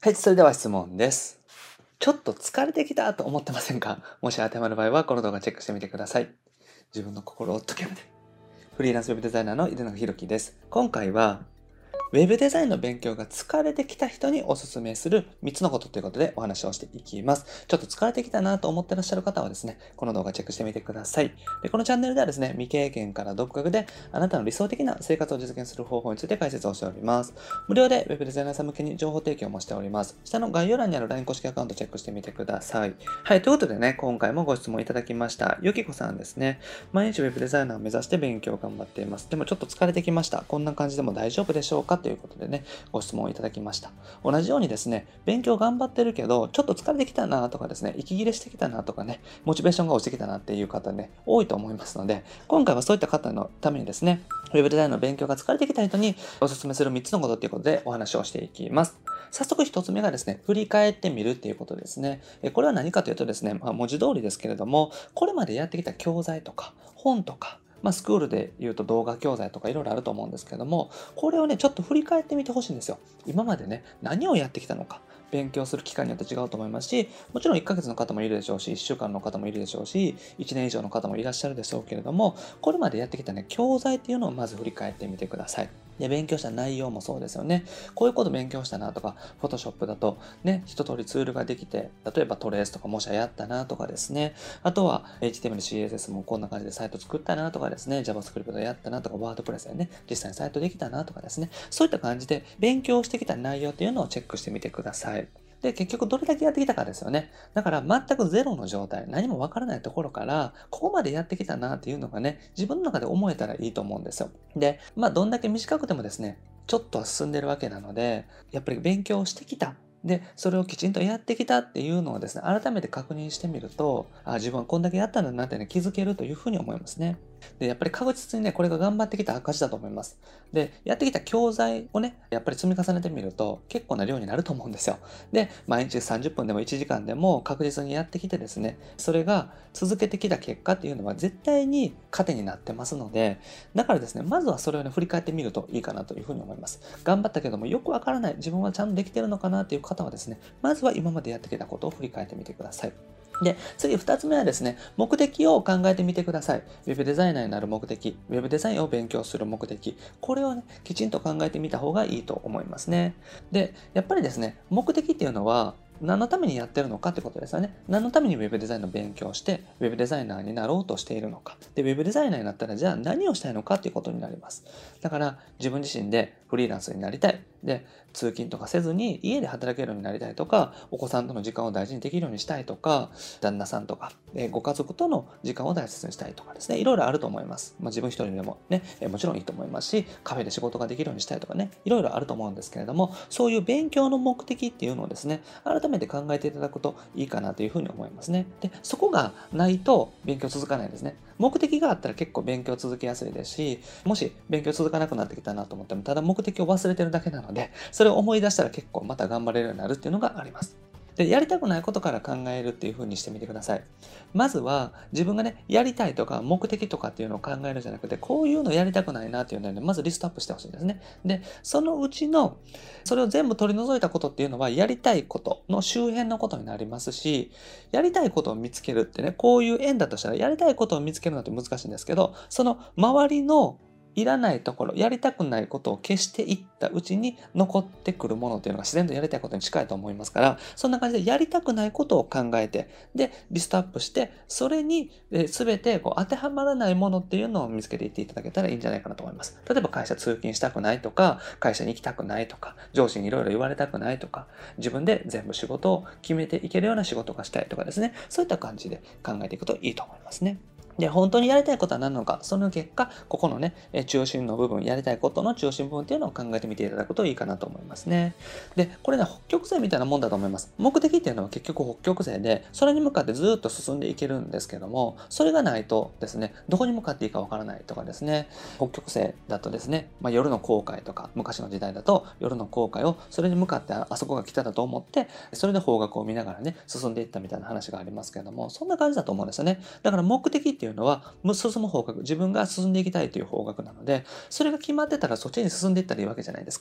はい、それでは質問です。ちょっと疲れてきたと思ってませんか？もし当てはまる場合は、この動画チェックしてみてください。自分の心を解けるまで。フリーランスウェブデザイナーの井出永弘樹です。今回は、ウェブデザインの勉強が疲れてきた人におすすめする3つのことということでお話をしていきます。ちょっと疲れてきたなと思ってらっしゃる方はですね、この動画チェックしてみてください。で、このチャンネルではですね、未経験から独学であなたの理想的な生活を実現する方法について解説をしております。無料でウェブデザイナーさん向けに情報提供もしております。下の概要欄にある LINE 公式アカウントチェックしてみてください。はい、ということでね、今回もご質問いただきました。ゆきこさんですね。毎日ウェブデザイナーを目指して勉強を頑張っています。でもちょっと疲れてきました。こんな感じでも大丈夫でしょうかということでね、ご質問をいただきました。同じようにですね、勉強頑張ってるけど、ちょっと疲れてきたなとかですね、息切れしてきたなとかね、モチベーションが落ちてきたなっていう方ね、多いと思いますので、今回はそういった方のためにですね、ウェブデザインの勉強が疲れてきた人におすすめする3つのことということでお話をしていきます。早速1つ目がですね、振り返ってみるっていうことですね。これは何かというとですね、文字通りですけれども、これまでやってきた教材とか本とか、スクールで言うと動画教材とかいろいろあると思うんですけども、これをね、ちょっと振り返ってみてほしいんですよ。今までね、何をやってきたのか。勉強する期間によって違うと思いますし、もちろん1ヶ月の方もいるでしょうし、1週間の方もいるでしょうし、1年以上の方もいらっしゃるでしょうけれども、これまでやってきたね、教材っていうのをまず振り返ってみてください。で、勉強した内容もそうですよね。こういうこと勉強したなとか、Photoshop だとね、一通りツールができて、例えばトレースとか模写やったなとかですね、あとは HTML、CSS もこんな感じでサイト作ったなとかですね、JavaScript でやったなとか、WordPress でね、実際にサイトできたなとかですね、そういった感じで勉強してきた内容っていうのをチェックしてみてください。で、結局どれだけやってきたかですよね。だから全くゼロの状態、何もわからないところから、ここまでやってきたなっていうのがね、自分の中で思えたらいいと思うんですよ。で、どんだけ短くてもですね、ちょっとは進んでるわけなので、やっぱり勉強してきた。で、それをきちんとやってきたっていうのをですね、改めて確認してみると、自分はこんだけやったんだなってね、気づけるというふうに思いますね。で、やっぱり確実にね、これが頑張ってきた証だと思います。で、やってきた教材をね、やっぱり積み重ねてみると結構な量になると思うんですよ。で、毎日30分でも1時間でも確実にやってきてですね、それが続けてきた結果っていうのは絶対に糧になってますので、だからですね、まずはそれをね、振り返ってみるといいかなというふうに思います。頑張ったけどもよくわからない、自分はちゃんとできてるのかなっていう方はですね、まずは今までやってきたことを振り返ってみてください。で、次2つ目はですね、目的を考えてみてください。ウェブデザイナーになる目的、ウェブデザインを勉強する目的、これをね、きちんと考えてみた方がいいと思いますね。で、やっぱりですね、目的っていうのは、何のためにやってるのかってことですよね。何のためにウェブデザインの勉強をして、ウェブデザイナーになろうとしているのか。で、ウェブデザイナーになったら、じゃあ何をしたいのかっていうことになります。だから、自分自身でフリーランスになりたい。で、通勤とかせずに家で働けるようになりたいとか、お子さんとの時間を大事にできるようにしたいとか、旦那さんとか、ご家族との時間を大切にしたいとかですね、いろいろあると思います。自分一人でもね、もちろんいいと思いますし、カフェで仕事ができるようにしたいとかね、いろいろあると思うんですけれども、そういう勉強の目的っていうのをですね、改めて考えていただくといいかなというふうに思いますね。で、そこがないと勉強続かないですね。目的があったら結構勉強続けやすいですし、もし勉強続かなくなってきたなと思っても、ただ目的を忘れてるだけなので、それを思い出したら結構また頑張れるようになるっていうのがあります。で、やりたくないことから考えるっていう風にしてみてください。まずは自分がね、やりたいとか目的とかっていうのを考えるんじゃなくて、こういうのやりたくないなっていうのをね、まずリストアップしてほしいんですね。で、そのうちの、それを全部取り除いたことっていうのは、やりたいことの周辺のことになりますし、やりたいことを見つけるってね、こういう縁だとしたら、やりたいことを見つけるのって難しいんですけど、その周りのいらないところ、やりたくないことを消していったうちに残ってくるものっていうのが自然とやりたいことに近いと思いますから、そんな感じでやりたくないことを考えて、で、リストアップして、それに全て当てはまらないものっていうのを見つけていっていただけたらいいんじゃないかなと思います。例えば会社通勤したくないとか、会社に行きたくないとか、上司にいろいろ言われたくないとか、自分で全部仕事を決めていけるような仕事がしたいとかですね、そういった感じで考えていくといいと思いますね。で、本当にやりたいことは何なのか、その結果、ここのね、中心の部分、やりたいことの中心部分っていうのを考えてみていただくといいかなと思いますね。で、これね、北極星みたいなもんだと思います。目的っていうのは結局北極星で、それに向かってずっと進んでいけるんですけども、それがないとですね、どこに向かっていいかわからないとかですね、北極星だとですね、夜の航海とか、昔の時代だと夜の航海をそれに向かってあそこが来ただと思って、それで方角を見ながらね、進んでいったみたいな話がありますけれども、そんな感じだと思うんですよね。だから目的っていうのは、進む方角、自分が進んでいきたいという方角なので、それが決まってたらそっちに進んでいったらいいわけじゃないですか。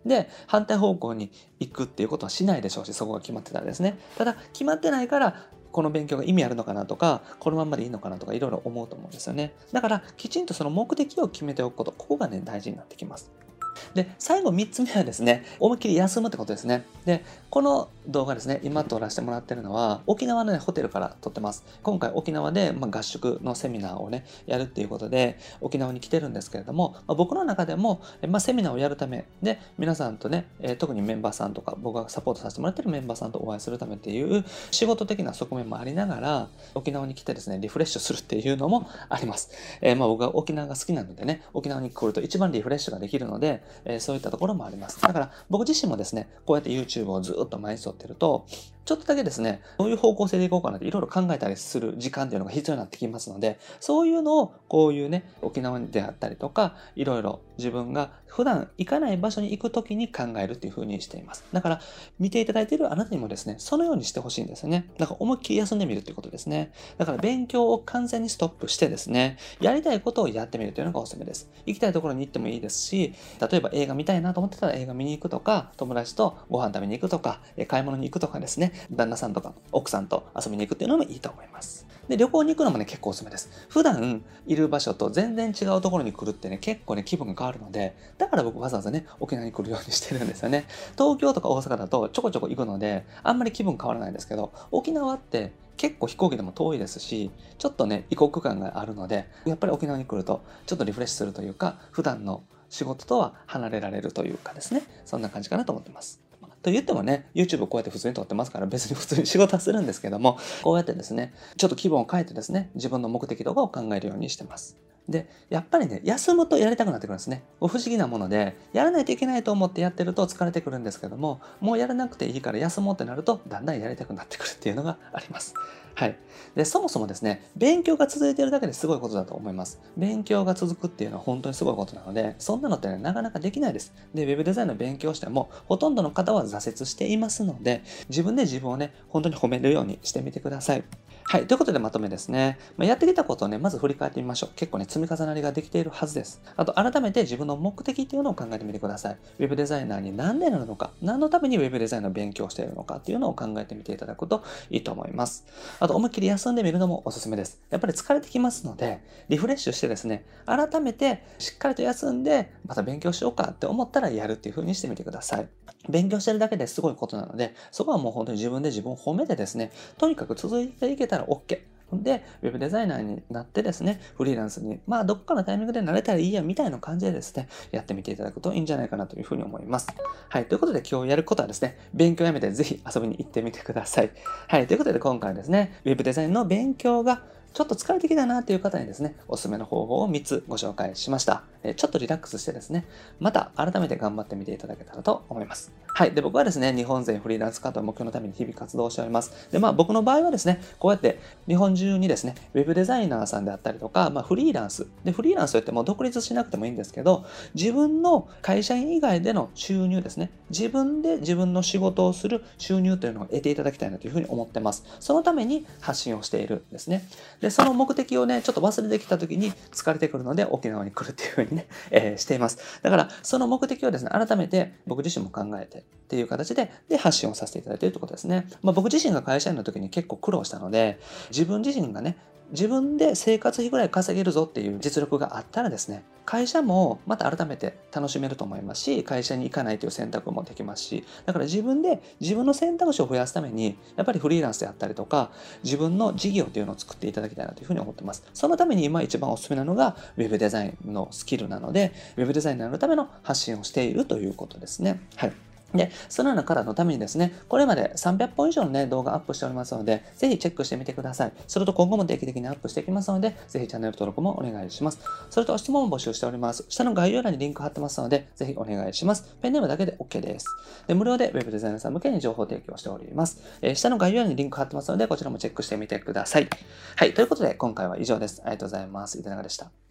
で、反対方向に行くっていうことはしないでしょうし、そこが決まってたらですね。ただ、決まってないから、この勉強が意味あるのかなとか、このまんまでいいのかなとか、いろいろ思うと思うんですよね。だから、きちんとその目的を決めておくこと、ここがね、大事になってきます。で、最後3つ目はですね、思いっきり休むってことですね。で、この動画ですね、今撮らせてもらってるのは、沖縄のね、ホテルから撮ってます。今回沖縄で、合宿のセミナーをね、やるっていうことで、沖縄に来てるんですけれども、僕の中でも、セミナーをやるためで、皆さんとね、特にメンバーさんとか、僕がサポートさせてもらってるメンバーさんとお会いするためっていう、仕事的な側面もありながら、沖縄に来てですね、リフレッシュするっていうのもあります。僕は沖縄が好きなのでね、沖縄に来ると一番リフレッシュができるので、そういったところもあります。だから僕自身もですね、こうやって YouTube をずっと毎日撮ってると、ちょっとだけですね、どういう方向性でいこうかなっていろいろ考えたりする時間っていうのが必要になってきますので、そういうのをこういうね、沖縄であったりとか、いろいろ自分が普段行かない場所に行くときに考えるっていう風にしています。だから見ていただいているあなたにもですね、そのようにしてほしいんですよね。だから思いっきり休んでみるっていうことですね。だから勉強を完全にストップしてですね、やりたいことをやってみるというのがおすすめです。行きたいところに行ってもいいですし、例えば映画見たいなと思ってたら映画見に行くとか、友達とご飯食べに行くとか、買い物に行くとかですね、旦那さんとか奥さんと遊びに行くっていうのもいいと思います。で、旅行に行くのもね、結構おすすめです。普段いる場所と全然違うところに来るってね、結構ね、気分が変わるので、だから僕わざわざね、沖縄に来るようにしてるんですよね。東京とか大阪だとちょこちょこ行くので、あんまり気分変わらないんですけど、沖縄って結構飛行機でも遠いですし、ちょっとね、異国感があるので、やっぱり沖縄に来ると、ちょっとリフレッシュするというか、普段の仕事とは離れられるというかですね、そんな感じかなと思ってます。と言ってもね、YouTube こうやって普通に撮ってますから別に普通に仕事はするんですけども、こうやってですね、ちょっと気分を変えてですね、自分の目的とかを考えるようにしてます。で、やっぱりね、休むとやりたくなってくるんですね。不思議なもので、やらないといけないと思ってやってると疲れてくるんですけども、もうやらなくていいから休もうってなると、だんだんやりたくなってくるっていうのがあります。はい。で、そもそもですね、勉強が続いているだけですごいことだと思います。勉強が続くっていうのは本当にすごいことなので、そんなのってね、なかなかできないです。で、ウェブデザインの勉強しても、ほとんどの方は挫折していますので、自分で自分をね、本当に褒めるようにしてみてください。はい。ということでまとめですね。やってきたことをね、まず振り返ってみましょう。結構ね、積み重なりができているはずです。あと、改めて自分の目的っていうのを考えてみてください。ウェブデザイナーに何でなるのか、何のためにウェブデザインの勉強をしているのかっていうのを考えてみていただくといいと思います。あと、思いっきり休んでみるのもおすすめです。やっぱり疲れてきますので、リフレッシュしてですね、改めてしっかりと休んで、また勉強しようかって思ったらやるっていう風にしてみてください。勉強してるだけですごいことなので、そこはもう本当に自分で自分を褒めてですね、とにかく続いていけたら OK。で、ウェブデザイナーになってですね、フリーランスに、どっかのタイミングで慣れたらいいや、みたいな感じでですね、やってみていただくといいんじゃないかなというふうに思います。はい、ということで今日やることはですね、勉強やめてぜひ遊びに行ってみてください。はい、ということで今回はですね、ウェブデザインの勉強がちょっと疲れてきたなという方にですね、おすすめの方法を3つご紹介しました。ちょっとリラックスしてですね、また改めて頑張ってみていただけたらと思います。はい。で、僕はですね、日本全フリーランス化という目標のために日々活動しております。で、僕の場合はですね、こうやって日本中にですね、ウェブデザイナーさんであったりとか、フリーランス。で、フリーランスといっても独立しなくてもいいんですけど、自分の会社員以外での収入ですね、自分で自分の仕事をする収入というのを得ていただきたいなというふうに思ってます。そのために発信をしているんですね。で、その目的をね、ちょっと忘れてきた時に疲れてくるので沖縄に来るっていうふうにね、しています。だから、その目的をですね、改めて僕自身も考えてっていう形で発信をさせていただいているということですね。僕自身が会社員の時に結構苦労したので、自分自身がね、自分で生活費ぐらい稼げるぞっていう実力があったらですね、会社もまた改めて楽しめると思いますし、会社に行かないという選択もできますし、だから自分で自分の選択肢を増やすために、やっぱりフリーランスであったりとか、自分の事業っていうのを作っていただきたいなというふうに思ってます。そのために今一番おすすめなのが、ウェブデザインのスキルなので、ウェブデザイナーのための発信をしているということですね。はい。で、そのような方のためにですね、これまで300本以上のね、動画アップしておりますので、ぜひチェックしてみてください。それと今後も定期的にアップしていきますので、ぜひチャンネル登録もお願いします。それと質問も募集しております。下の概要欄にリンク貼ってますので、ぜひお願いします。ペンネームだけで OK です。で、無料で Web デザイナーさん向けに情報提供しております。下の概要欄にリンク貼ってますので、こちらもチェックしてみてください。はい、ということで今回は以上です。ありがとうございます。いたながでした。